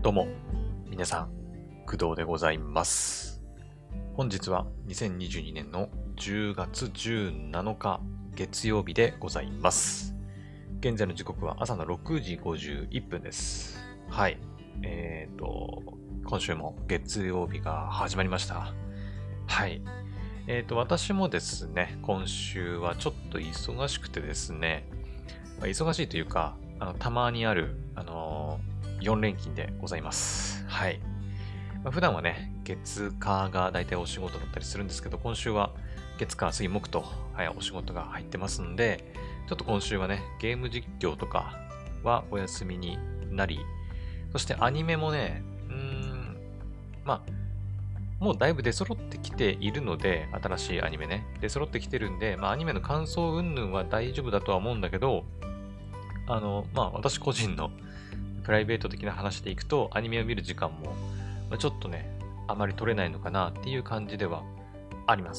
どうも、皆さん、工藤でございます。本日は2022年の10月17日月曜日でございます。現在の時刻は朝の6時51分です。はい。今週も月曜日が始まりました。はい。私もですね、今週はちょっと忙しくてですね、忙しいというか、たまにある、4連勤でございます。はい。普段はね、月火が大体お仕事だったりするんですけど、今週は月火水木と、はい、お仕事が入ってますんで、ちょっと今週はね、ゲーム実況とかはお休みになり、そしてアニメもね、まあ、もうだいぶ出揃ってきているので、新しいアニメね、出揃ってきてるんで、アニメの感想云々は大丈夫だとは思うんだけど、私個人のプライベート的な話でいくと、アニメを見る時間も、ちょっとね、あまり取れないのかなっていう感じではあります。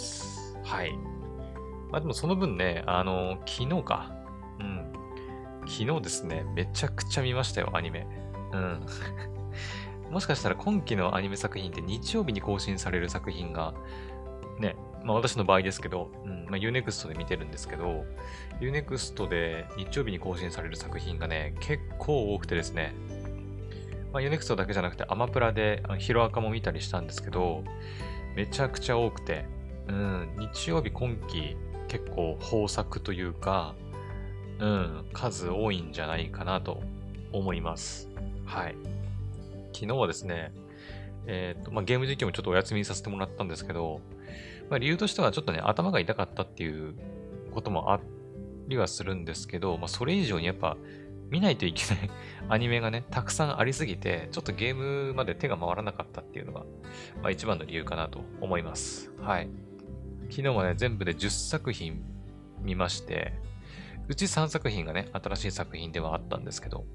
はい。でもその分ね、昨日か。うん。昨日ですね、めちゃくちゃ見ましたよ、アニメ。うん。もしかしたら今期のアニメ作品って日曜日に更新される作品が、ね、私の場合ですけど、Unext で見てるんですけど、Unext で日曜日に更新される作品がね、結構多くてですね、Unext だけじゃなくてアマプラでヒロアカも見たりしたんですけど、めちゃくちゃ多くて、日曜日今期結構豊作というか、数多いんじゃないかなと思います。はい。昨日はですね、ゲーム実況もちょっとお休みさせてもらったんですけど、理由としてはちょっとね、頭が痛かったっていうこともありはするんですけど、それ以上にやっぱ見ないといけないアニメがね、たくさんありすぎて、ちょっとゲームまで手が回らなかったっていうのが、一番の理由かなと思います。はい。昨日はね、全部で10作品見まして、うち3作品がね、新しい作品ではあったんですけど、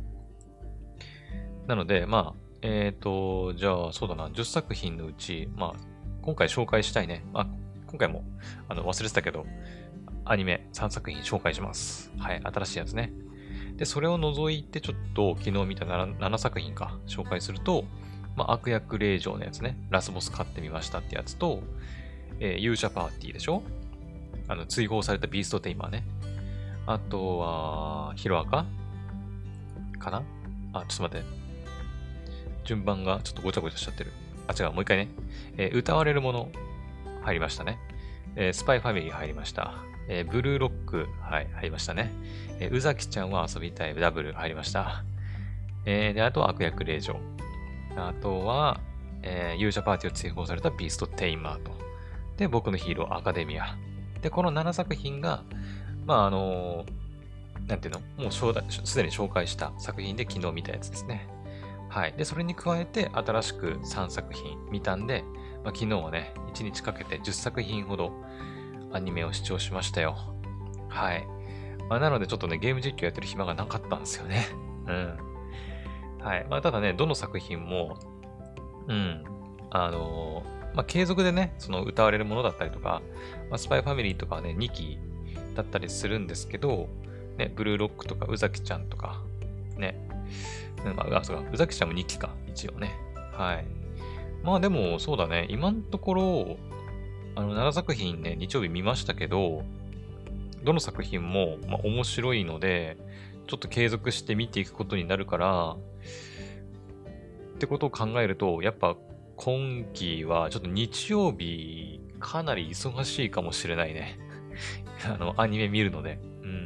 なので、じゃあ、そうだな、10作品のうち、今回紹介したいね。今回も、忘れてたけど、アニメ3作品紹介します。はい、新しいやつね。で、それを除いて、ちょっと昨日見た 7作品か、紹介すると、悪役令嬢のやつね、ラスボス買ってみましたってやつと、勇者パーティーでしょ？追放されたビーストテイマーね。あとは、ヒロアカかな。ちょっと待って。順番がちょっとごちゃごちゃしちゃってる。違う、もう一回ね。歌われるもの、入りましたね。スパイファミリー入りました。ブルーロック、はい、入りましたね。宇崎ちゃんは遊びたいダブル入りました。で、あとは悪役令嬢。あとは、勇者パーティーを追放されたビーストテイマーと。で、僕のヒーローアカデミア。で、この7作品が、なんていうのもうすでに紹介した作品で昨日見たやつですね。はい。で、それに加えて新しく3作品見たんで、昨日はね、1日かけて10作品ほどアニメを視聴しましたよ。はい。なのでちょっとね、ゲーム実況やってる暇がなかったんですよね。うん。はい。ただね、どの作品も、継続でね、その歌われるものだったりとか、スパイファミリーとかはね、2期だったりするんですけど、ね、ブルーロックとか、宇崎ちゃんとか、ね、そうか、宇崎ちゃんも2期か、一応ね。はい。でも、そうだね、今のところ、7作品ね、日曜日見ましたけど、どの作品も、面白いので、ちょっと継続して見ていくことになるから、ってことを考えると、やっぱ今期はちょっと日曜日かなり忙しいかもしれないね。アニメ見るので。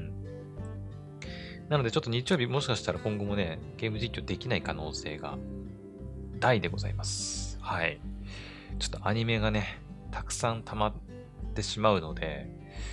なのでちょっと日曜日もしかしたら今後もね、ゲーム実況できない可能性が大でございます。はい。ちょっとアニメがね、たくさん溜まってしまうので、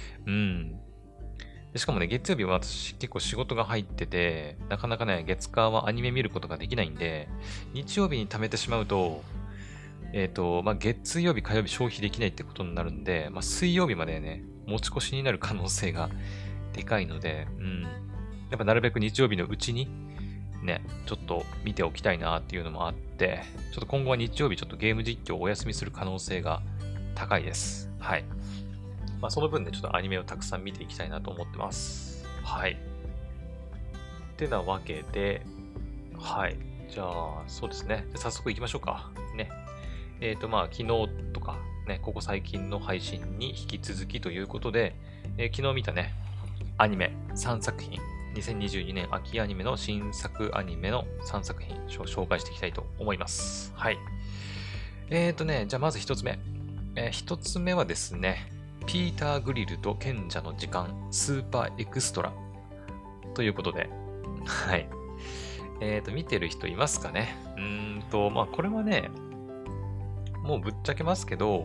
でしかもね、月曜日は私結構仕事が入ってて、なかなかね、月火はアニメ見ることができないんで、日曜日に貯めてしまうと、月曜日、火曜日消費できないってことになるんで、水曜日までね、持ち越しになる可能性がでかいので、やっぱなるべく日曜日のうちに、ね、ちょっと見ておきたいなっていうのもあって、ちょっと今後は日曜日ちょっとゲーム実況をお休みする可能性が高いです。はい。その分でちょっとアニメをたくさん見ていきたいなと思ってます。はい。ってなわけで、はい。 じゃあ、そうですね。じゃあ早速行きましょうか。ね。昨日とか、ね、ここ最近の配信に引き続きということで、昨日見たね、アニメ3作品、2022年秋アニメの新作アニメの3作品紹介していきたいと思います。はい。じゃあまず一つ目。一つ目はですね、ピーター・グリルと賢者の時間スーパーエクストラということで、はい。見てる人いますかね。これはね、もうぶっちゃけますけど、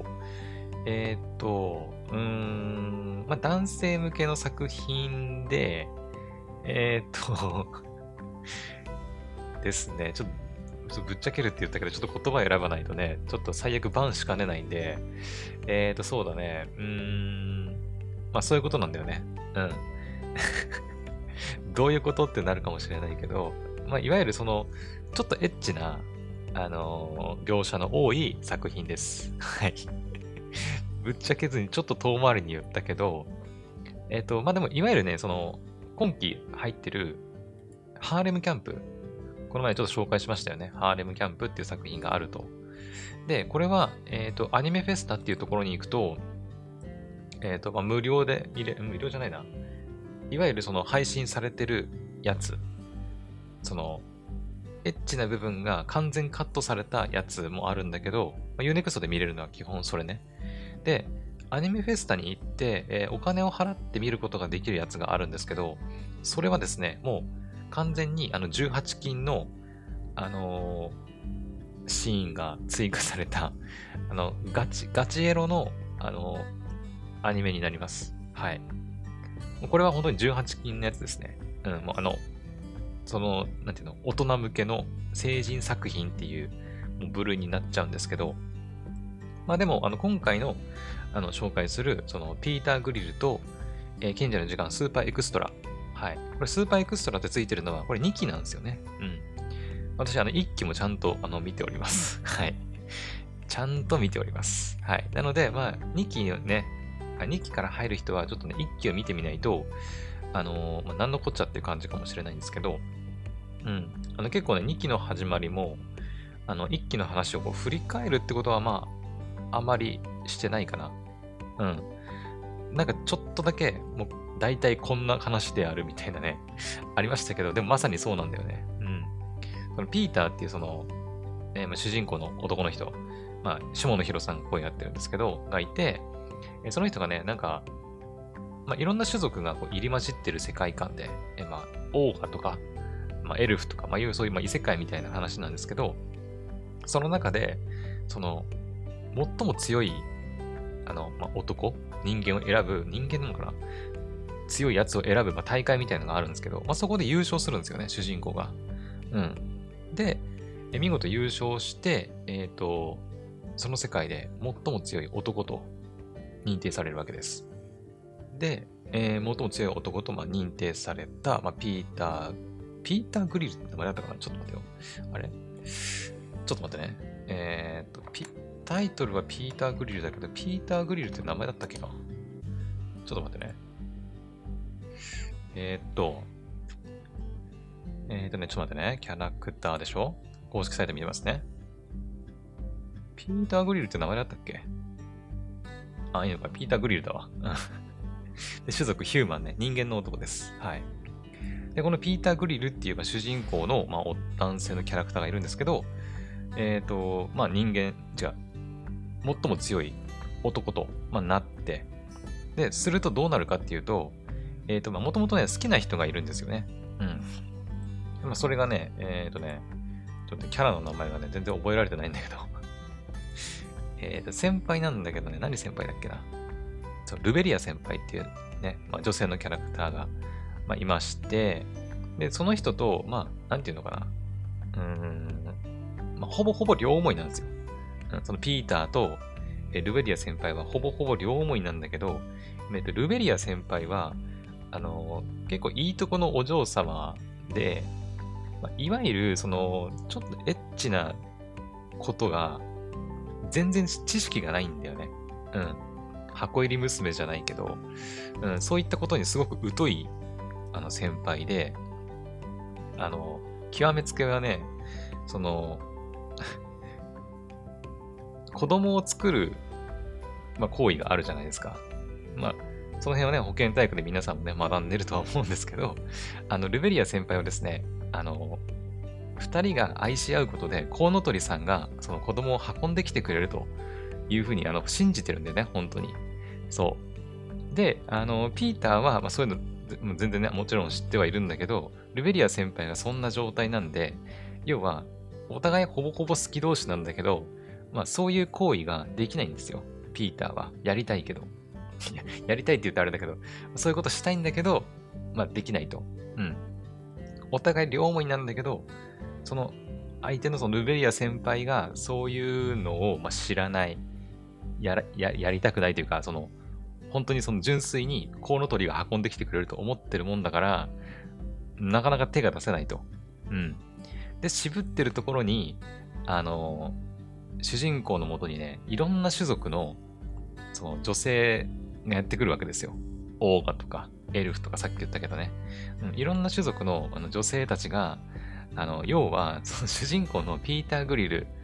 男性向けの作品で、ですね、ちょっとぶっちゃけるって言ったけど、ちょっと言葉選ばないとね、ちょっと最悪バンしかねないんで、そうだね、そういうことなんだよね。うん。どういうことってなるかもしれないけど、いわゆるその、ちょっとエッチな、描写の多い作品です。はい。ぶっちゃけずにちょっと遠回りに言ったけど、でも、いわゆるね、その、今期入ってる、ハーレムキャンプ。この前ちょっと紹介しましたよね。ハーレムキャンプっていう作品があると。で、これは、アニメフェスタっていうところに行くと、無料で無料じゃないな。いわゆるその配信されてるやつ。その、エッチな部分が完全カットされたやつもあるんだけど、Unext で見れるのは基本それね。で、アニメフェスタに行って、お金を払って見ることができるやつがあるんですけど、それはですね、もう完全に18禁の、シーンが追加された、ガチエロの、アニメになります。はい。これは本当に18禁のやつですね。もうなんていうの、大人向けの成人作品っていうもう部類になっちゃうんですけど、でも、今回の、紹介する、その、ピーター・グリルと、賢者の時間スーパーエクストラ。はい。これ、スーパーエクストラってついてるのは、これ2期なんですよね。うん。私、1期もちゃんと、見ております。はい。ちゃんと見ております。はい。なので、2期ね、2期から入る人は、ちょっとね、1期を見てみないと、何のこっちゃっていう感じかもしれないんですけど、うん。結構ね、2期の始まりも、1期の話をこう振り返るってことは、あまりしてないかな。うん。なんかちょっとだけ、もう大体こんな話であるみたいなね、ありましたけど、でもまさにそうなんだよね。うん。そのピーターっていうその、主人公の男の人、下野紘さんが声やってるんですけど、がいて、その人がね、なんか、いろんな種族がこう入り混じってる世界観で、オーガとか、エルフとか、そういう異世界みたいな話なんですけど、その中で、その、最も強い、人間を選ぶ、人間なのかな強いやつを選ぶ、大会みたいなのがあるんですけど、そこで優勝するんですよね、主人公が。うん。で、見事優勝して、その世界で最も強い男と認定されるわけです。で、最も強い男と認定された、ピーター・グリルって名前だったかなちょっと待ってよ。あれちょっと待ってね。タイトルはピーター・グリルだけど、ピーター・グリルって名前だったっけかちょっと待ってね。ちょっと待ってね。キャラクターでしょ公式サイト見てますね。ピーター・グリルって名前だったっけいいのか。ピーター・グリルだわ。で種族ヒューマンね。人間の男です。はい。で、このピーター・グリルっていう主人公の、男性のキャラクターがいるんですけど、人間、最も強い男と、なって、で、するとどうなるかっていうと、もともとね、好きな人がいるんですよね。うん。それがね、ちょっとキャラの名前がね、全然覚えられてないんだけど、先輩なんだけどね、何先輩だっけな。ルベリア先輩っていうね、女性のキャラクターが、いまして、で、その人と、なんていうのかな。ほぼほぼ両思いなんですよ。そのピーターと、ルベリア先輩はほぼほぼ両思いなんだけど、ルベリア先輩は、結構いいとこのお嬢様で、いわゆる、その、ちょっとエッチなことが、全然知識がないんだよね。うん。箱入り娘じゃないけど、そういったことにすごく疎い、先輩で、極めつけはね、 その、子供を作る、まあ、行為があるじゃないですか。まあ、その辺はね、保健体育で皆さんもね、学んでるとは思うんですけど、ルベリア先輩はですね、二人が愛し合うことで、コウノトリさんがその子供を運んできてくれるというふうに信じてるんだよね、本当に。そう。で、ピーターは、まあ、そういうの全然ね、もちろん知ってはいるんだけど、ルベリア先輩がそんな状態なんで、要は、お互いほぼほぼ好き同士なんだけど、まあそういう行為ができないんですよ。ピーターは。やりたいけど。やりたいって言うとあれだけど、そういうことしたいんだけど、まあできないと。うん。お互い両思いなんだけど、その相手のそのルベリア先輩がそういうのをまあ知らない、やりたくないというか、本当にその純粋にコウノトリが運んできてくれると思ってるもんだから、なかなか手が出せないと。うん。で、渋ってるところに、主人公のもとにね、いろんな種族の、その女性がやってくるわけですよ。オーガとか、エルフとかさっき言ったけどね。うん、いろんな種族の女性たちが、要は、その主人公のピーター・グリル、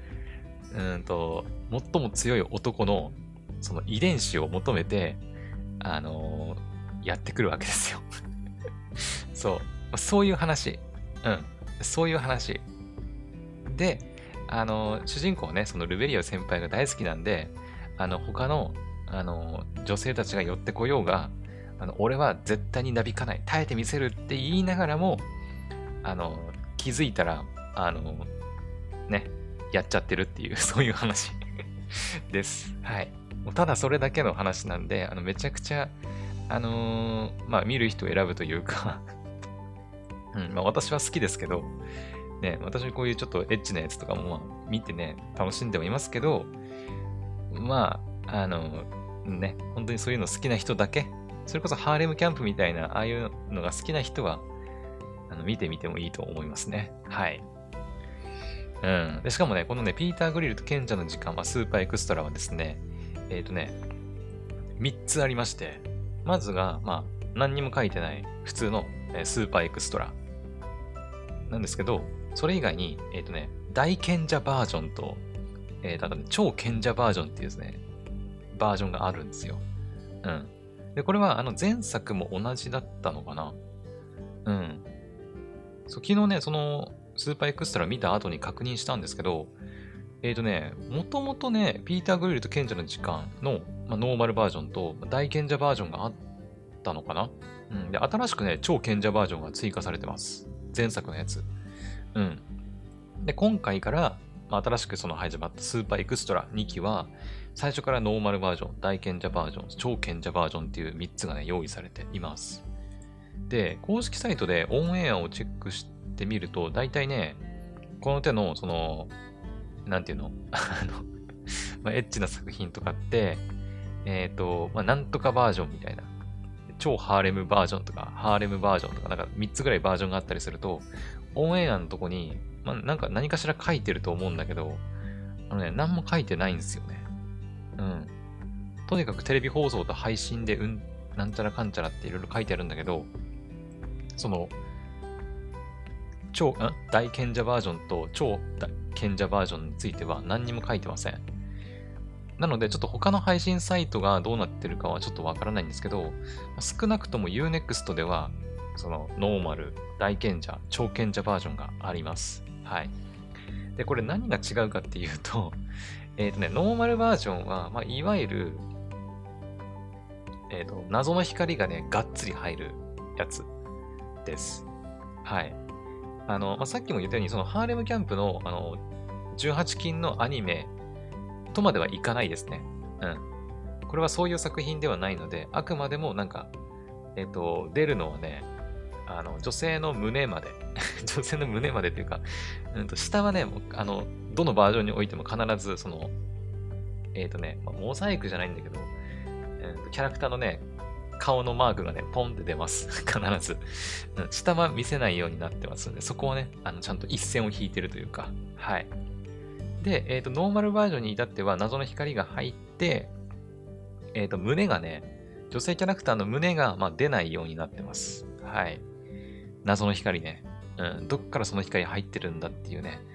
最も強い男の、その遺伝子を求めて、やってくるわけですよ。そう。そういう話。うん。そういう話。で、主人公はね、そのルベリア先輩が大好きなんで、他の、女性たちが寄ってこようが、俺は絶対になびかない。耐えてみせるって言いながらも、気づいたら、ね、やっちゃってるっていう、そういう話です。はい。もうただそれだけの話なんで、めちゃくちゃ、まあ、見る人を選ぶというかうん、まあ、私は好きですけど、ね、私こういうちょっとエッチなやつとかもまあ見てね、楽しんではいますけど、まあ、ね、本当にそういうの好きな人だけ、それこそハーレムキャンプみたいな、ああいうのが好きな人は、見てみてもいいと思いますね。はい。うん。で、しかもね、このね、ピーター・グリルと賢者の時間はスーパーエクストラはですね、3つありまして、まずが、まあ、何にも書いてない普通のスーパーエクストラなんですけど、それ以外に、大賢者バージョンと、あとね、超賢者バージョンっていうですね、バージョンがあるんですよ。うん。で、これは前作も同じだったのかな。うん。そう、昨日ね、そのスーパーエクストラ見た後に確認したんですけど、もともとね、ピーター・グリルと賢者の時間の、まあ、ノーマルバージョンと大賢者バージョンがあったのかな。うん。で、新しくね、超賢者バージョンが追加されてます。前作のやつ。うん。で、今回から、まあ、新しくその始まったスーパーエクストラ2期は、最初からノーマルバージョン、大賢者バージョン、超賢者バージョンっていう3つがね、用意されています。で、公式サイトでオンエアをチェックしてみると、大体ね、この手の、なんていうのまあ、エッチな作品とかって、まあ、なんとかバージョンみたいな、超ハーレムバージョンとか、ハーレムバージョンとか、なんか3つぐらいバージョンがあったりすると、オンエアのとこに、まあ、なんか何かしら書いてると思うんだけど、何も書いてないんですよね。うん。とにかくテレビ放送と配信で、なんちゃらかんちゃらっていろいろ書いてあるんだけど、その、大賢者バージョンと超賢者バージョンについては何にも書いてません。なので、ちょっと他の配信サイトがどうなってるかはちょっとわからないんですけど、少なくとも Unext では、そのノーマル、大賢者、超賢者バージョンがあります。はい。で、これ何が違うかっていうと、ノーマルバージョンは、まあ、いわゆる、謎の光がね、がっつり入るやつです。はい。まあ、さっきも言ったように、そのハーレムキャンプの、18禁のアニメとまではいかないですね。うん。これはそういう作品ではないので、あくまでもなんか、出るのはね、女性の胸まで女性の胸までっていうか、下はね、どのバージョンにおいても必ず、まあ、モザイクじゃないんだけど、キャラクターのね、顔のマークがね、ポンって出ます。必ず。下は見せないようになってますので、そこはね、ちゃんと一線を引いてるというか、はい。で、ノーマルバージョンに至っては謎の光が入って、胸がね、女性キャラクターの胸が、まあ、出ないようになってます。はい。謎の光ね。どっからその光入ってるんだっていうね。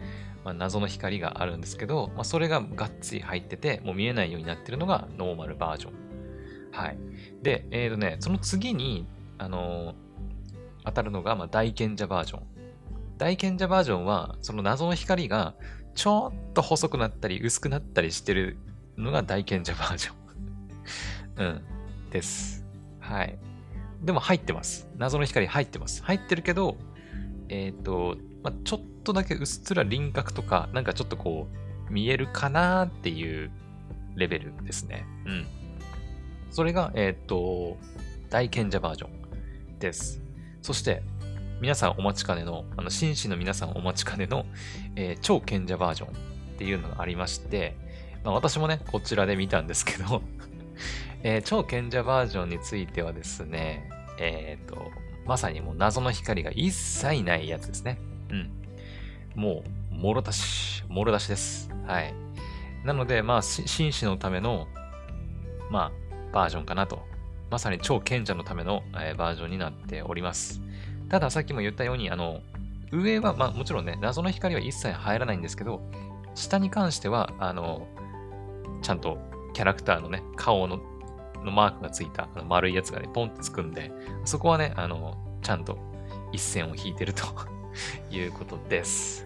まあ、謎の光があるんですけど、まあ、それががっつり入ってて、もう見えないようになってるのがノーマルバージョン。はい。で、その次に、あのー当たるのが、まあ、大賢者バージョン。大賢者バージョンは、その謎の光がちょっと細くなったり薄くなったりしてるのが大賢者バージョン。うん。です。はい。でも入ってます。謎の光入ってます。入ってるけど、まあ、ちょっとだけうっすら輪郭とか、なんかちょっとこう、見えるかなっていうレベルですね。うん。それが、大賢者バージョンです。そして、皆さんお待ちかねの、紳士の皆さんお待ちかねの、超賢者バージョンっていうのがありまして、まあ、私もね、こちらで見たんですけど、超賢者バージョンについてはですね、まさにもう謎の光が一切ないやつですね。うん。もう、もろ出しです。はい。なので、まあ、紳士のための、まあ、バージョンかなと。まさに超賢者のための、バージョンになっております。ただ、さっきも言ったように、上は、まあ、もちろんね、謎の光は一切入らないんですけど、下に関しては、ちゃんとキャラクターのね、顔のマークがついた丸いやつがね、ポンってつくんで、そこはね、ちゃんと一線を引いてるということです。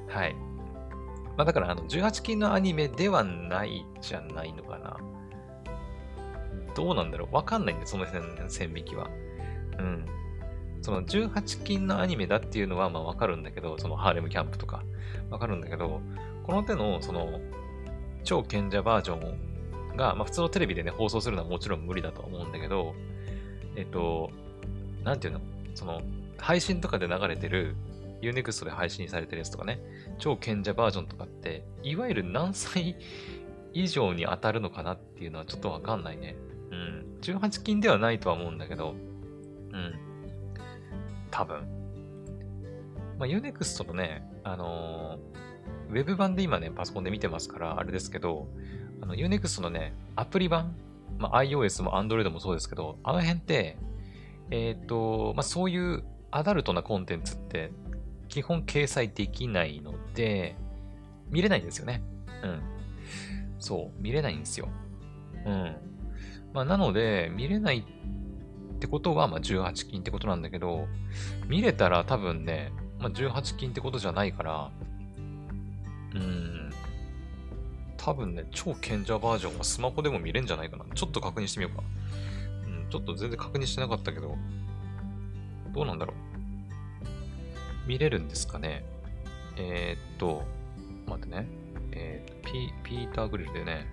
はい。まあだから、18禁のアニメではないじゃないのかな。どうなんだろうわかんないんで、その線引きは。うん。その18禁のアニメだっていうのはまあわかるんだけど、そのハーレムキャンプとかわかるんだけど、この手のその超賢者バージョンが、まあ普通のテレビでね、放送するのはもちろん無理だと思うんだけど、なんていうのその、配信とかで流れてる、Unext で配信されてるやつとかね、超賢者バージョンとかって、いわゆる何歳以上に当たるのかなっていうのはちょっとわかんないね。うん。18禁ではないとは思うんだけど、うん。多分。まあ、Unext のね、ウェブ版で今ね、パソコンで見てますから、あれですけど、Unext のね、アプリ版、まあ、iOS も Android もそうですけど、あの辺って、まあ、そういうアダルトなコンテンツって基本掲載できないので、見れないんですよね。うん。そう、見れないんですよ。うん。まあ、なので、見れないってことは、まあ、18禁ってことなんだけど、見れたら多分ね、まあ、18禁ってことじゃないから、多分ね、超賢者バージョンはスマホでも見れんじゃないかな。ちょっと確認してみようか。うん、ちょっと全然確認してなかったけど、どうなんだろう。見れるんですかね。待ってね。ピーターグリルでね。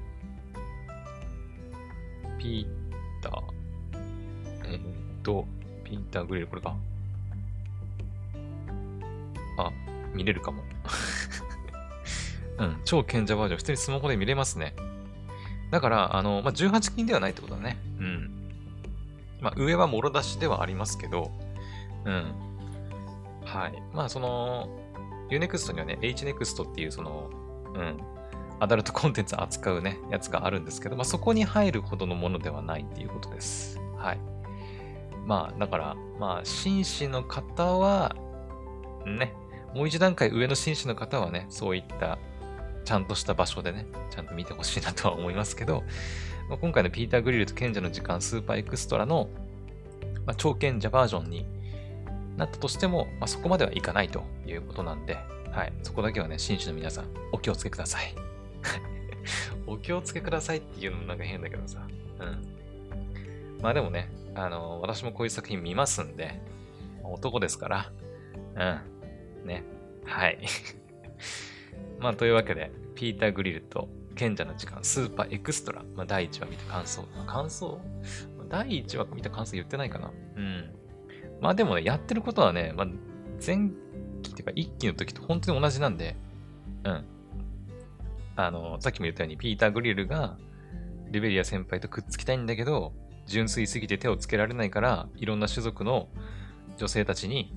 ピーター。ピーターグリル、これか。あ、見れるかも。うん、超賢者バージョン、普通にスマホで見れますね。だから、まあ、18禁ではないってことだね。うん。まあ、上はもろ出しではありますけど、うん。はい。まあ、その、Unext にはね、HNEXT っていう、その、うん、アダルトコンテンツ扱うね、やつがあるんですけど、まあ、そこに入るほどのものではないっていうことです。はい。まあ、だから、まあ、紳士の方は、ね、もう一段階上の紳士の方はね、そういったちゃんとした場所でね、ちゃんと見てほしいなとは思いますけど、まあ、今回のピーター・グリルと賢者の時間スーパーエクストラの、まあ、超賢者バージョンになったとしても、まあ、そこまではいかないということなんで、はい、そこだけはね、紳士の皆さん、お気をつけください。お気をつけくださいっていうのもなんか変だけどさ。うん。まあでもね、私もこういう作品見ますんで、男ですから、うん。ね。はい。まあというわけで、ピーター・グリルと賢者の時間スーパーエクストラ、まあ第1話見た感想。感想第1話見た感想言ってないかな。うん。まあでもね、やってることはね、まあ前期っていうか1期の時と本当に同じなんで、うん。さっきも言ったように、ピーター・グリルが、リベリア先輩とくっつきたいんだけど、純粋すぎて手をつけられないから、いろんな種族の女性たちに、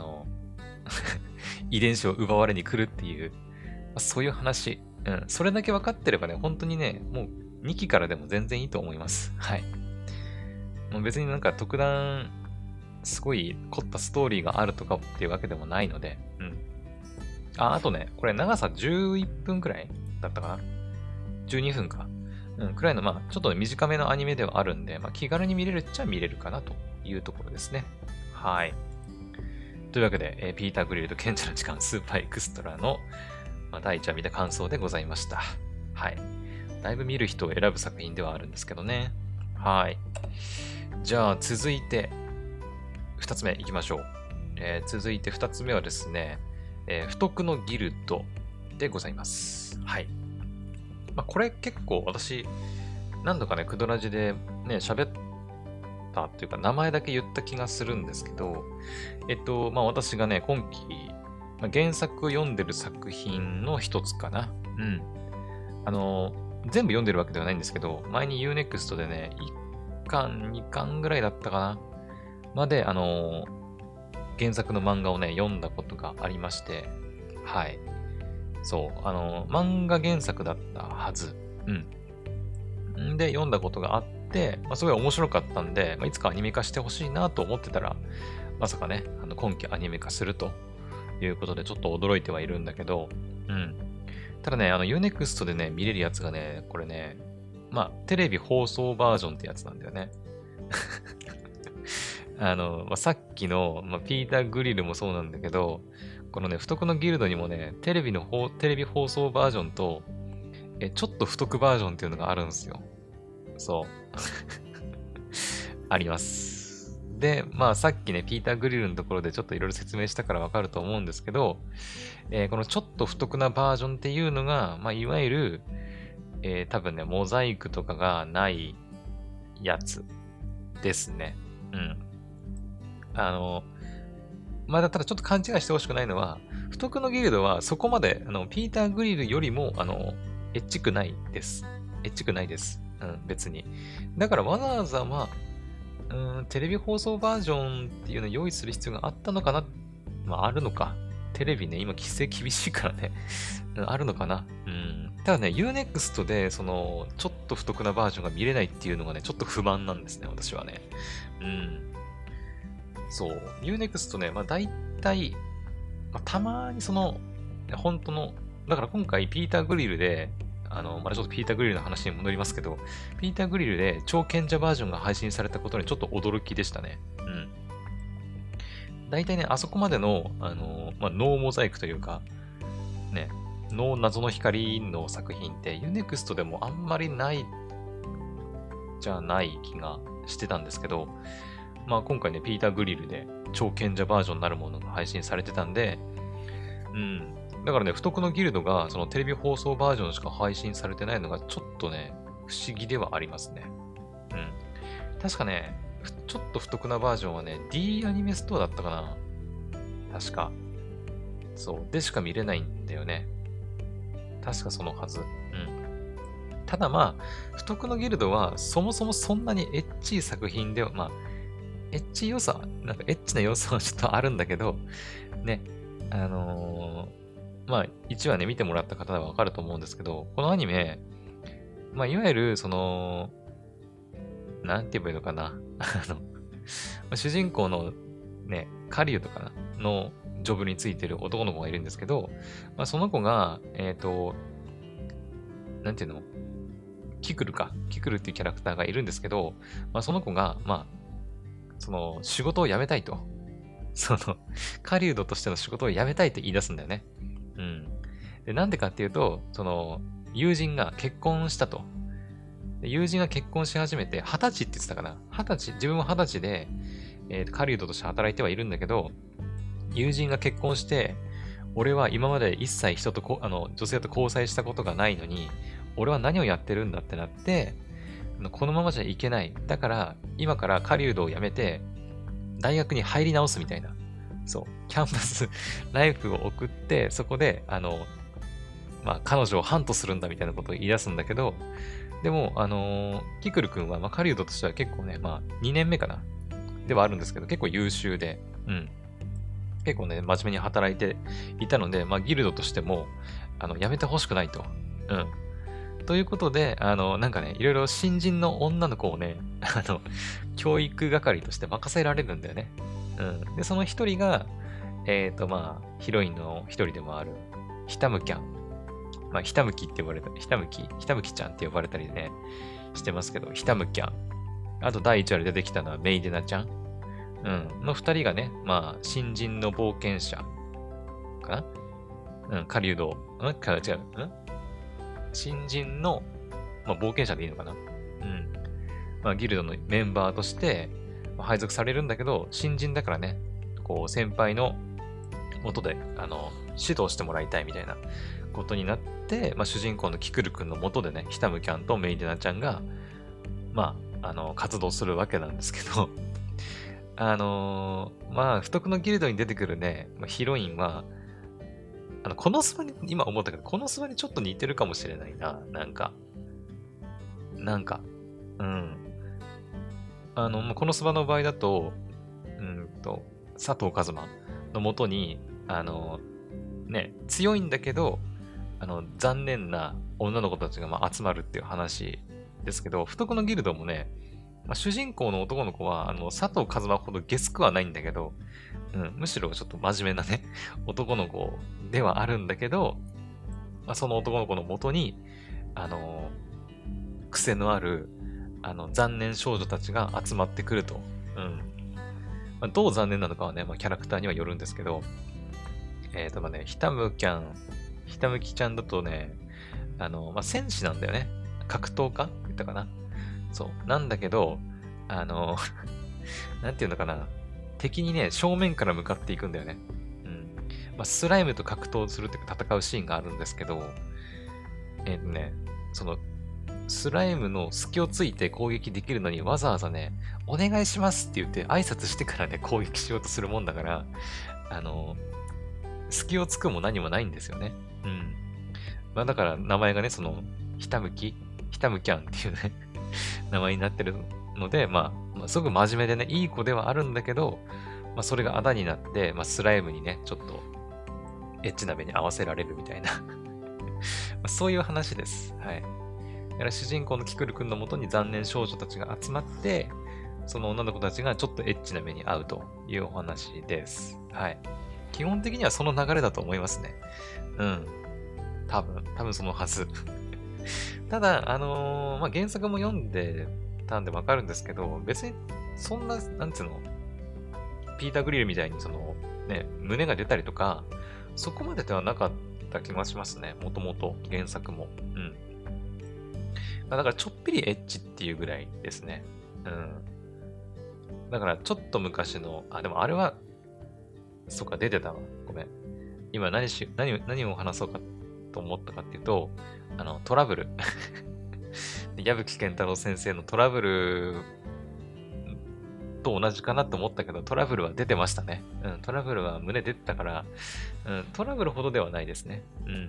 遺伝子を奪われに来るっていう、そういう話。うん。それだけ分かってればね、本当にね、もう2期からでも全然いいと思います。はい。もう別になんか特段、すごい凝ったストーリーがあるとかっていうわけでもないので、うん。 あとね、これ長さ11分くらいだったかな。12分か。くらいの、まあ、ちょっと短めのアニメではあるんで、まあ、気軽に見れるっちゃ見れるかなというところですね。はい。というわけで、ピーター・グリルと賢者の時間スーパーエクストラの、まあ、第1話見た感想でございました。はい。だいぶ見る人を選ぶ作品ではあるんですけどね。はい。じゃあ、続いて、2つ目いきましょう。続いて2つ目はですね、不徳のギルドでございます。はい。まあ、これ結構私、何度かね、クドラジでね、喋ったっていうか、名前だけ言った気がするんですけど、まあ、私がね、今期、まあ、原作読んでる作品の一つかな。うん。全部読んでるわけではないんですけど、前に Unext でね、1巻、2巻ぐらいだったかな。まで、原作の漫画をね、読んだことがありまして、はい。そう、漫画原作だったはず。うん。で、読んだことがあって、まあ、すごい面白かったんで、まあ、いつかアニメ化してほしいなと思ってたら、まさかね、今期アニメ化するということで、ちょっと驚いてはいるんだけど、うん。ただね、Unext でね、見れるやつがね、これね、まあ、テレビ放送バージョンってやつなんだよね。まあ、さっきの、まあ、ピーター・グリルもそうなんだけど、このね、不徳のギルドにもね、テレビ放送バージョンと、ちょっと不徳バージョンっていうのがあるんですよ。そう。あります。で、まあさっきね、ピーター・グリルのところでちょっといろいろ説明したからわかると思うんですけど、このちょっと不徳なバージョンっていうのが、まあいわゆる、多分ね、モザイクとかがないやつですね。うん。まあだったらちょっと勘違いしてほしくないのは、不徳のギルドはそこまで、ピーター・グリルよりも、エッチくないです。エッチくないです。うん、別に。だからわざわざ、まあ、テレビ放送バージョンっていうのを用意する必要があったのかな。まあ、あるのか。テレビね、今規制厳しいからね。あるのかな。うん。ただね、Unext で、ちょっと不徳なバージョンが見れないっていうのがね、ちょっと不満なんですね、私はね。うん。そう。Unext ね、まあ大体、まあ、たまに本当の、だから今回ピーター・グリルで、まだちょっとピーター・グリルの話に戻りますけど、ピーター・グリルで超賢者バージョンが配信されたことにちょっと驚きでしたね。うん。大体ね、あそこまでの、まあ、ノーモザイクというか、ね、ノー謎の光の作品って Unext でもあんまりないじゃない気がしてたんですけど、まあ今回ね、ピーター・グリルで超賢者バージョンになるものが配信されてたんで、うん。だからね、不徳のギルドがそのテレビ放送バージョンしか配信されてないのがちょっとね、不思議ではありますね。うん。確かね、ちょっと不徳なバージョンはね、D アニメストアだったかな。確か。そう。でしか見れないんだよね。確かそのはず。うん。ただまあ、不徳のギルドはそもそもそんなにエッチい作品では、まあ、エッチ良さ、なんかエッチな要素はちょっとあるんだけど、ね、まあ、1話ね、見てもらった方はわかると思うんですけど、このアニメ、まあ、いわゆる、なんて言えばいいのかな。主人公のね、カリュウとかのジョブについてる男の子がいるんですけど、まあ、その子が、なんていうのキクルか。キクルっていうキャラクターがいるんですけど、まあ、その子が、まあ、仕事を辞めたいと。狩人としての仕事を辞めたいと言い出すんだよね。うん。で、なんでかっていうと、友人が結婚したと。で友人が結婚し始めて、20歳って言ってたかな。自分は20歳で、狩人として働いてはいるんだけど、友人が結婚して、俺は今まで一切女性と交際したことがないのに、俺は何をやってるんだってなって、このままじゃいけない。だから、今から狩人を辞めて、大学に入り直すみたいな。そう。キャンパスライフを送って、そこで、まあ、彼女をハントするんだみたいなことを言い出すんだけど、でも、キクル君は、まあ、狩人としては結構ね、まあ、2年目かな。ではあるんですけど、結構優秀で、うん。結構ね、真面目に働いていたので、まあ、ギルドとしても、辞めてほしくないと。うん。ということで、なんかね、いろいろ新人の女の子をね、教育係として任せられるんだよね。うん。で、その一人が、 まあ、ヒロインの一人でもある、ひたむきゃん。まあ、ひたむきって呼ばれた、ひたむきちゃんって呼ばれたりね、してますけど、ひたむきゃん。あと第1話で出てきたのはメイデナちゃん。の二人がね、まあ、新人の冒険者かな狩人、違う、新人の、まあ、冒険者でいいのかなまあ、ギルドのメンバーとして、まあ配属されるんだけど、新人だからね、こう、先輩の元で、指導してもらいたいみたいなことになって、まあ、主人公のキクル君の元でね、ヒタムキャンとメイデナちゃんが、まあ、活動するわけなんですけど、まあ、不徳のギルドに出てくるね、まあ、ヒロインは、このスバに、今思ったけど、このスバにちょっと似てるかもしれないな。なんか、うん。まあこのスバの場合だと、佐藤一馬のもとに、強いんだけど、残念な女の子たちがまあ集まるっていう話ですけど、不徳のギルドもね、まあ、主人公の男の子は、佐藤一馬ほどゲスくはないんだけど、むしろちょっと真面目なね、男の子ではあるんだけど、まあ、その男の子のもとに、癖のある、残念少女たちが集まってくると。まあ、どう残念なのかはね、まあ、キャラクターにはよるんですけど、まあね、ひたむきちゃんだとね、まあ、戦士なんだよね。格闘家言ったかなそう。なんだけど、なんていうのかな。敵にね、正面から向かっていくんだよね。まあ、スライムと格闘するっていうか戦うシーンがあるんですけど、その、スライムの隙をついて攻撃できるのにわざわざね、お願いしますって言って挨拶してからね、攻撃しようとするもんだから、隙をつくも何もないんですよね。まあだから名前がね、その、ひたむきゃんっていうね名前になってるので、まあ、すごく真面目でね、いい子ではあるんだけど、まあそれがあだになって、まあスライムにね、ちょっと、エッチな目に合わせられるみたいなまあそういう話です。はい。だから主人公のキクル君のもとに残念少女たちが集まって、その女の子たちがちょっとエッチな目に遭うというお話です。はい。基本的にはその流れだと思いますね。多分そのはず。ただ、まあ、原作も読んでたんでわかるんですけど、別にそんな、なんつうの、ピーター・グリルみたいにその、ね、胸が出たりとか、そこまでではなかった気がしますね。もともと、原作も。だからちょっぴりエッチっていうぐらいですね。だからちょっと昔の、でもあれは、そっか、出てたわ。ごめん。今何を話そうかと思ったかっていうと、トラブル。矢吹健太郎先生のトラブルと同じかなと思ったけど、トラブルは出てましたね。トラブルは胸出てたから、トラブルほどではないですね。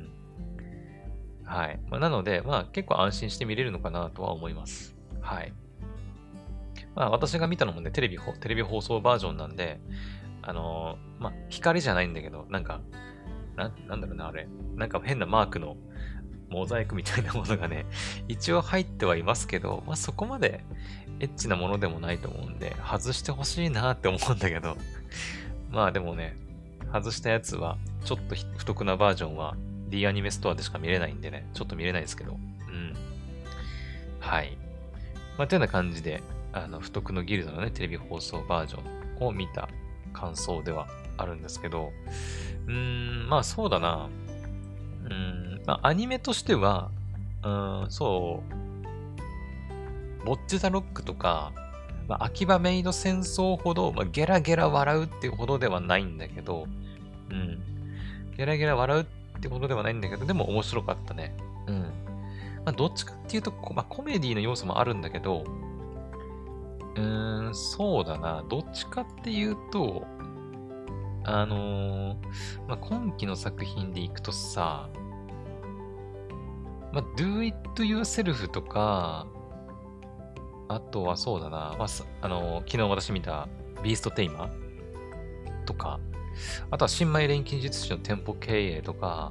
はい。まあ、なので、まあ結構安心して見れるのかなとは思います。はい。まあ私が見たのもね、テレビ放送バージョンなんで、まあ光じゃないんだけど、なんだろうな、あれ。なんか変なマークのモザイクみたいなものがね、一応入ってはいますけど、まあそこまでエッチなものでもないと思うんで、外してほしいなって思うんだけど、まあでもね、外したやつは、ちょっと不得なバージョンは D アニメストアでしか見れないんでね、ちょっと見れないですけど、はい。まあ、というような感じで、不徳のギルドのね、テレビ放送バージョンを見た感想ではあるんですけど、まあそうだな。まあアニメとしては、そう、ボッチザロックとか、まあ、秋葉メイド戦争ほど、まあ、ゲラゲラ笑うっていうほどではないんだけど、ゲラゲラ笑うってほどではないんだけど、でも面白かったね。まあ、どっちかっていうと、まあ、コメディの要素もあるんだけど、そうだな。どっちかっていうと、まあ、今期の作品でいくとさ、まあ、Do It Yourself とか、あとはそうだな、まあ、昨日私見たビーストテイマーとか、あとは新米錬金術師の店舗経営とか、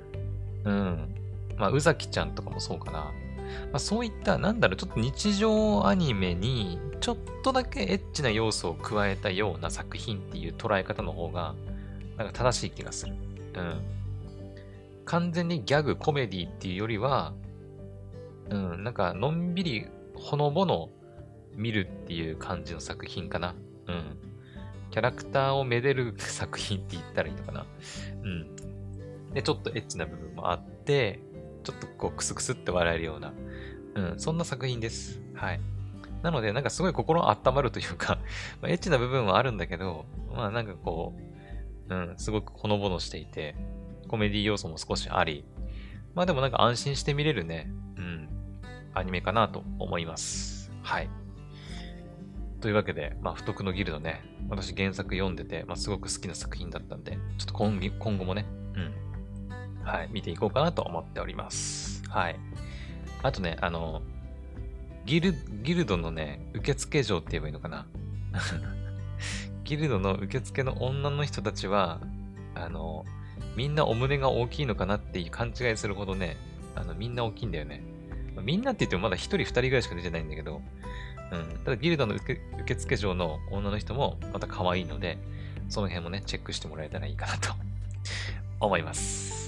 まあ、宇崎ちゃんとかもそうかな。まあ、そういった、なんだろう、ちょっと日常アニメに、ちょっとだけエッチな要素を加えたような作品っていう捉え方の方が、 なんか正しい気がする。うん。完全にギャグ、コメディっていうよりは、うん、なんかのんびりほのぼの見るっていう感じの作品かな。うん。キャラクターをめでる作品って言ったらいいのかな。うん。で、ちょっとエッチな部分もあって、ちょっとこうクスクスって笑えるような、うん、そんな作品です。はい。なので、なんかすごい心温まるというかまあ、エッチな部分はあるんだけど、まあなんかこう、うん、すごくほのぼのしていて、コメディ要素も少しあり、まあでもなんか安心して見れるね、うん、アニメかなと思います。はい。というわけで、まあ、不徳のギルドね、私原作読んでて、まあ、すごく好きな作品だったんで、ちょっと今後もね、うん、はい、見ていこうかなと思っております。はい。あとね、ギルドのね、受付嬢って言えばいいのかな。ギルドの受付の女の人たちは、みんなお胸が大きいのかなって勘違いするほどね、みんな大きいんだよね。まあみんなって言ってもまだ一人二人ぐらいしか出てないんだけど、うん。ただギルドの受付嬢の女の人もまた可愛いので、その辺もね、チェックしてもらえたらいいかなと思います。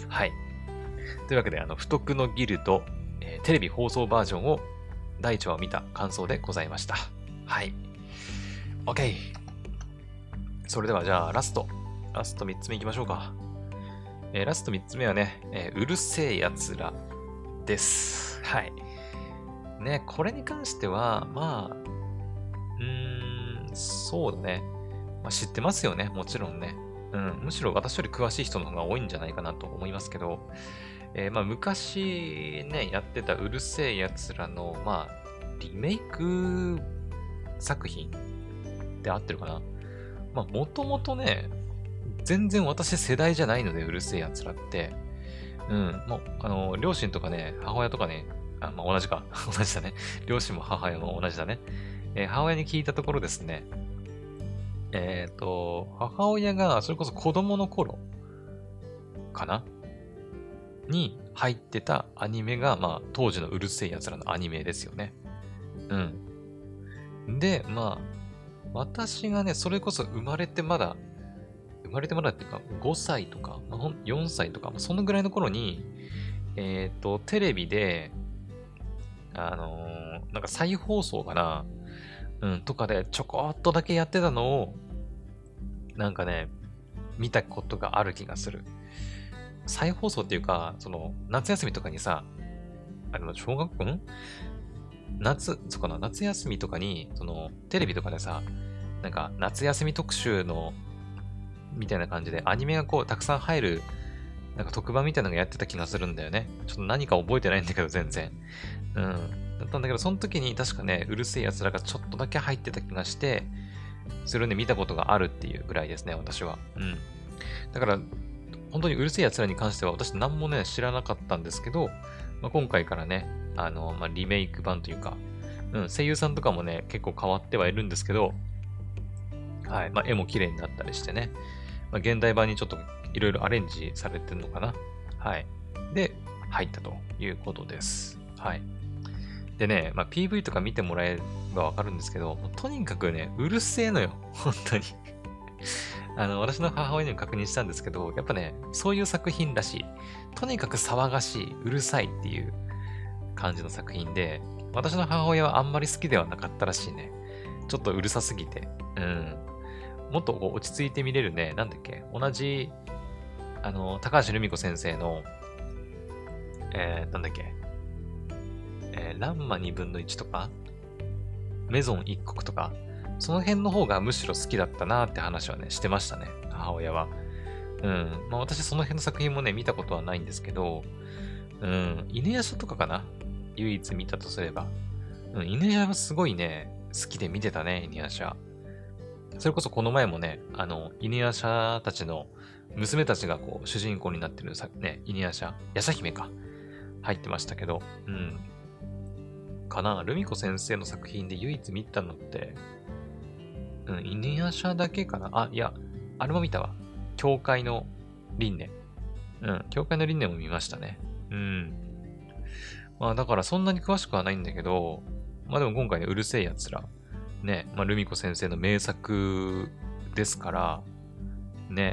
はい。というわけで、不徳のギルド、テレビ放送バージョンを第1話を見た感想でございました。はい。OK。それではじゃあラスト3つ目いきましょうか。ラスト3つ目はね、うるせえ奴らです。はい。ね、これに関しては、まあ、そうだね。まあ、知ってますよね、もちろんね。うん、むしろ私より詳しい人の方が多いんじゃないかなと思いますけど、まあ、昔ね、やってたうるせえ奴らの、まあ、リメイク作品って合ってるかな。まあ、もともとね、全然私世代じゃないので、うるせえ奴らって。うん、もう、両親とかね、母親とかね、まあ、同じか。同じだね。両親も母親も同じだね。母親に聞いたところですね、母親がそれこそ子供の頃かなに入ってたアニメが、まあ、当時のうるせえ奴らのアニメですよね。うん。で、まあ、私がね、それこそ生まれてまだっていうか、5歳とか、まあ、4歳とか、そのぐらいの頃に、テレビで、なんか再放送かな、うん、とかでちょこっとだけやってたのを、なんかね、見たことがある気がする。再放送っていうか、その、夏休みとかにさ、小学校そうかな、夏休みとかに、その、テレビとかでさ、なんか、夏休み特集の、みたいな感じで、アニメがこう、たくさん入る、なんか特番みたいなのがやってた気がするんだよね。ちょっと何か覚えてないんだけど、全然。うん。だったんだけど、その時に確かね、うるせえ奴らがちょっとだけ入ってた気がして、それをね、見たことがあるっていうぐらいですね、私は。うん。だから、本当にうるせえ奴らに関しては私何もね、知らなかったんですけど、まあ、今回からね、まあ、リメイク版というか、うん、声優さんとかもね、結構変わってはいるんですけど、はい、まあ、絵も綺麗になったりしてね、まあ、現代版にちょっといろいろアレンジされてるのかな。はい。で、入ったということです。はい。でね、まあ、PV とか見てもらえばわかるんですけど、もうとにかくね、うるせえのよ。本当に。私の母親にも確認したんですけど、やっぱね、そういう作品らしい。とにかく騒がしい、うるさいっていう感じの作品で、私の母親はあんまり好きではなかったらしいね。ちょっとうるさすぎて。うん。もっとこう落ち着いて見れるね、なんだっけ、同じ、高橋留美子先生の、なんだっけ、ランマ2分の1とか、メゾン一国とか、その辺の方がむしろ好きだったなって話はね、してましたね、母親は。うん。まあ私その辺の作品もね、見たことはないんですけど、うん、犬夜叉とかかな唯一見たとすれば。うん、犬夜叉はすごいね、好きで見てたね、犬夜叉。それこそこの前もね、犬夜叉たちの娘たちがこう、主人公になってるね、犬夜叉、夜叉姫か、入ってましたけど、うん。かな、ルミ子先生の作品で唯一見たのって、うん、犬夜叉だけかな。あ、いや、あれも見たわ。教会の輪廻。うん、教会の輪廻も見ましたね。うん。まあだからそんなに詳しくはないんだけど、まあでも今回ね、うるせえ奴ら、ね、まあルミ子先生の名作ですから、ね、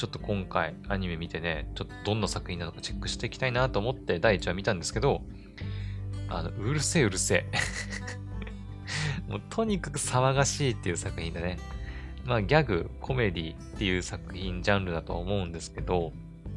ちょっと今回アニメ見てね、ちょっとどんな作品なのかチェックしていきたいなと思って第1話見たんですけど、うるせえうるせえ。もうとにかく騒がしいっていう作品だね。まあギャグ、コメディっていう作品ジャンルだと思うんですけど、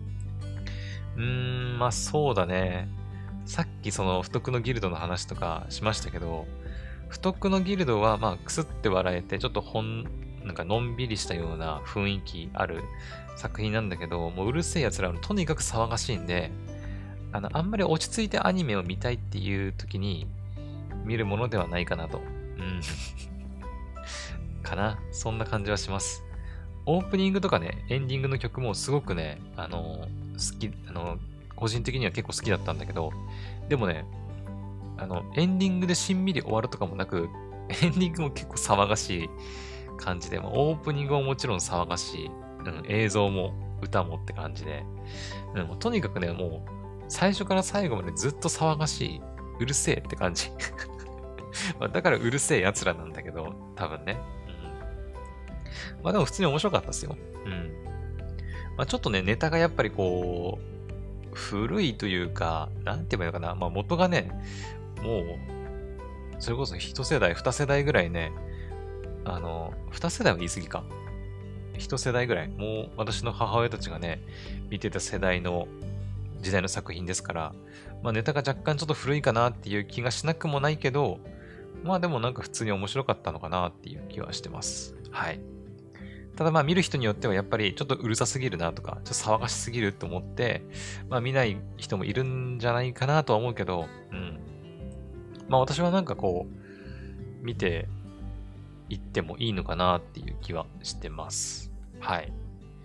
まあそうだね。さっきその不徳のギルドの話とかしましたけど、不徳のギルドはまあくすって笑えて、ちょっとなんかのんびりしたような雰囲気ある作品なんだけど、もううるせえ奴らはとにかく騒がしいんで、あんまり落ち着いてアニメを見たいっていう時に見るものではないかなと。うん。かな。そんな感じはします。オープニングとかね、エンディングの曲もすごくね、好き、個人的には結構好きだったんだけど、でもね、エンディングでしんみり終わるとかもなく、エンディングも結構騒がしい感じで、オープニングももちろん騒がしい、映像も歌もって感じで、もうとにかくね、もう最初から最後までずっと騒がしい、うるせえって感じ。まあだからうるせえ奴らなんだけど、多分ね。まあでも普通に面白かったですよ。まあちょっとね、ネタがやっぱりこう、古いというか、なんて言えばいいのかな。まあ元がね、もう、それこそ一世代、二世代ぐらいね、二世代は言い過ぎか。一世代ぐらい。もう私の母親たちがね、見てた世代の時代の作品ですから、まあネタが若干ちょっと古いかなっていう気がしなくもないけど、まあでもなんか普通に面白かったのかなっていう気はしてます。はい。ただまあ見る人によってはやっぱりちょっとうるさすぎるなとか、ちょっと騒がしすぎると思って、まあ見ない人もいるんじゃないかなとは思うけど、まあ私はなんかこう、見ていってもいいのかなっていう気はしてます。はい。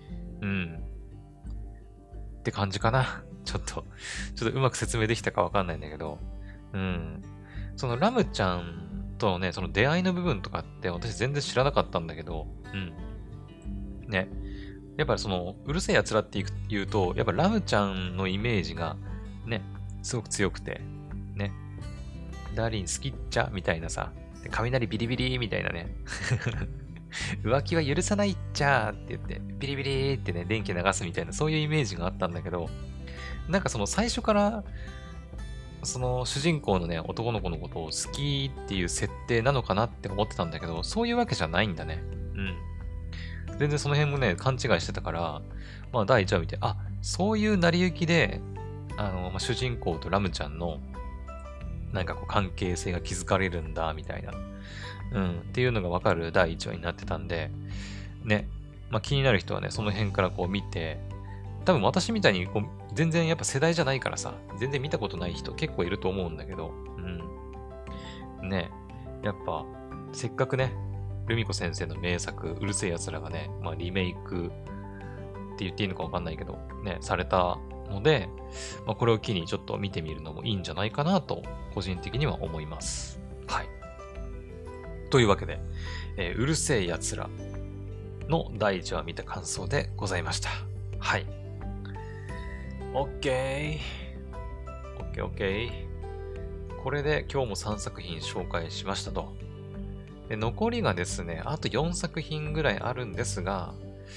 って感じかな。ちょっとうまく説明できたかわかんないんだけど、そのラムちゃんとのね、その出会いの部分とかって私全然知らなかったんだけど、ね。やっぱりその、うるせえ奴らって言うと、やっぱラムちゃんのイメージが、ね、すごく強くて、ね。ダーリン好きっちゃみたいなさ、で雷ビリビリみたいなね。浮気は許さないっちゃーって言って、ビリビリってね、電気流すみたいな、そういうイメージがあったんだけど、なんかその最初から、その主人公のね、男の子のことを好きっていう設定なのかなって思ってたんだけど、そういうわけじゃないんだね。全然その辺もね、勘違いしてたから、まあ第1話見て、あ、そういう成り行きで、まあ、主人公とラムちゃんの、なんかこう関係性が築かれるんだ、みたいな。っていうのがわかる第1話になってたんで、ね、まあ気になる人はね、その辺からこう見て、多分私みたいにこう、全然やっぱ世代じゃないからさ、全然見たことない人結構いると思うんだけど、ね、やっぱ、せっかくね、ルミ子先生の名作、うるせえ奴らがね、まあリメイクって言っていいのかわかんないけど、ね、されたので、まあこれを機にちょっと見てみるのもいいんじゃないかなと、個人的には思います。はい。というわけで、うるせえ奴らの第1話見た感想でございました。はい。OK。OK。これで今日も3作品紹介しましたと。で、残りがですね、あと4作品ぐらいあるんですが、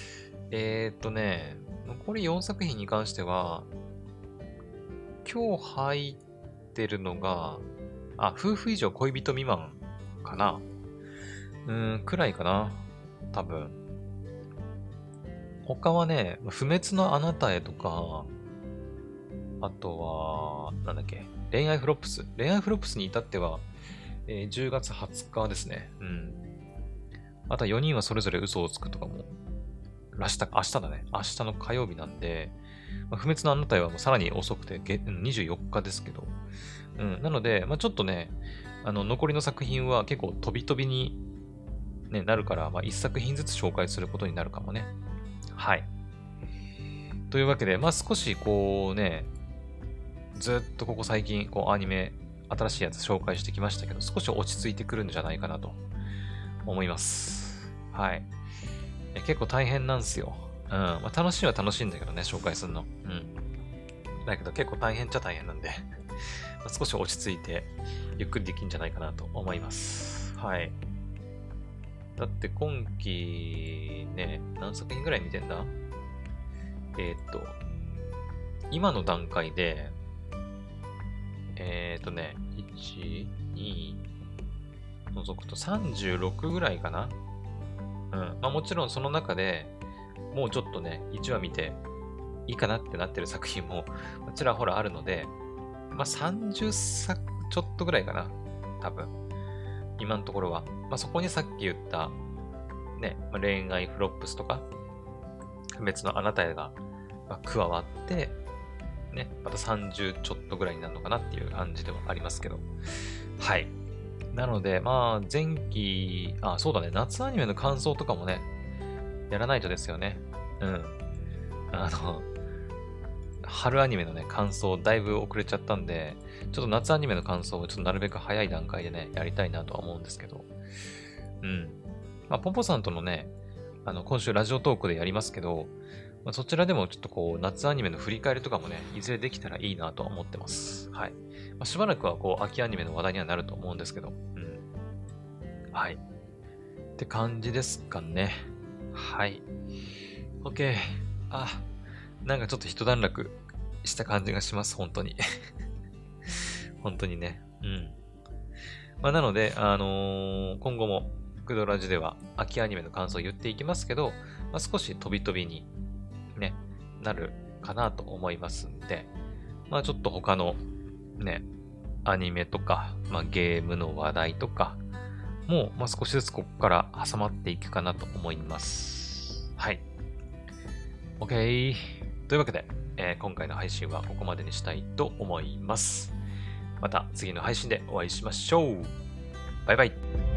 残り4作品に関しては、今日入ってるのが、夫婦以上恋人未満かな。くらいかな。多分。他はね、不滅のあなたへとか、あとは、なんだっけ、恋愛フロップス。恋愛フロップスに至っては、10月20日ですね。あとは4人はそれぞれ嘘をつくとかも、明日だね。明日の火曜日なんで、不滅のあなたへはもうさらに遅くて、24日ですけど。なので、ちょっとね、残りの作品は結構飛び飛びに、ね、なるから、1作品ずつ紹介することになるかもね。はい。というわけで、少しこうね、ずっとここ最近、こうアニメ、新しいやつ紹介してきましたけど、少し落ち着いてくるんじゃないかなと思います。はい。結構大変なんですよ。楽しいは楽しいんだけどね、紹介するの。だけど結構大変っちゃ大変なんで少し落ち着いて、ゆっくりできるんじゃないかなと思います。はい。だって今期ね、何作品ぐらい見てんだ今の段階で、1、2、除くと36ぐらいかな。うん。まあもちろんその中でもうちょっとね、1話見ていいかなってなってる作品もちらほらあるので、まあ30作ちょっとぐらいかな。多分。今のところは。まあそこにさっき言った、ね、まあ、恋愛フロップスとか、不滅のあなたへが、まあ、加わって、ね、また30ちょっとぐらいになるのかなっていう感じではありますけど。はい。なので、まあ、前期、そうだね、夏アニメの感想とかもね、やらないとですよね。うん。あの、春アニメのね、感想だいぶ遅れちゃったんで、ちょっと夏アニメの感想をちょっとなるべく早い段階でね、やりたいなとは思うんですけど。うん。まあ、ポポさんとのね、今週ラジオトークでやりますけど、まあ、そちらでもちょっとこう、夏アニメの振り返りとかもね、いずれできたらいいなとは思ってます。はい。まあ、しばらくはこう、秋アニメの話題にはなると思うんですけど、うん。はい。って感じですかね。はい。OK。なんかちょっと一段落した感じがします、本当に。本当にね。うん。まあ、なので、今後も、クドラジでは秋アニメの感想を言っていきますけど、まあ、少し飛び飛びにね、なるかなと思いますんで、まあちょっと他のね、アニメとか、まあゲームの話題とかも、まあ少しずつここから挟まっていくかなと思います。はい。OK。というわけで、今回の配信はここまでにしたいと思います。また次の配信でお会いしましょう。バイバイ。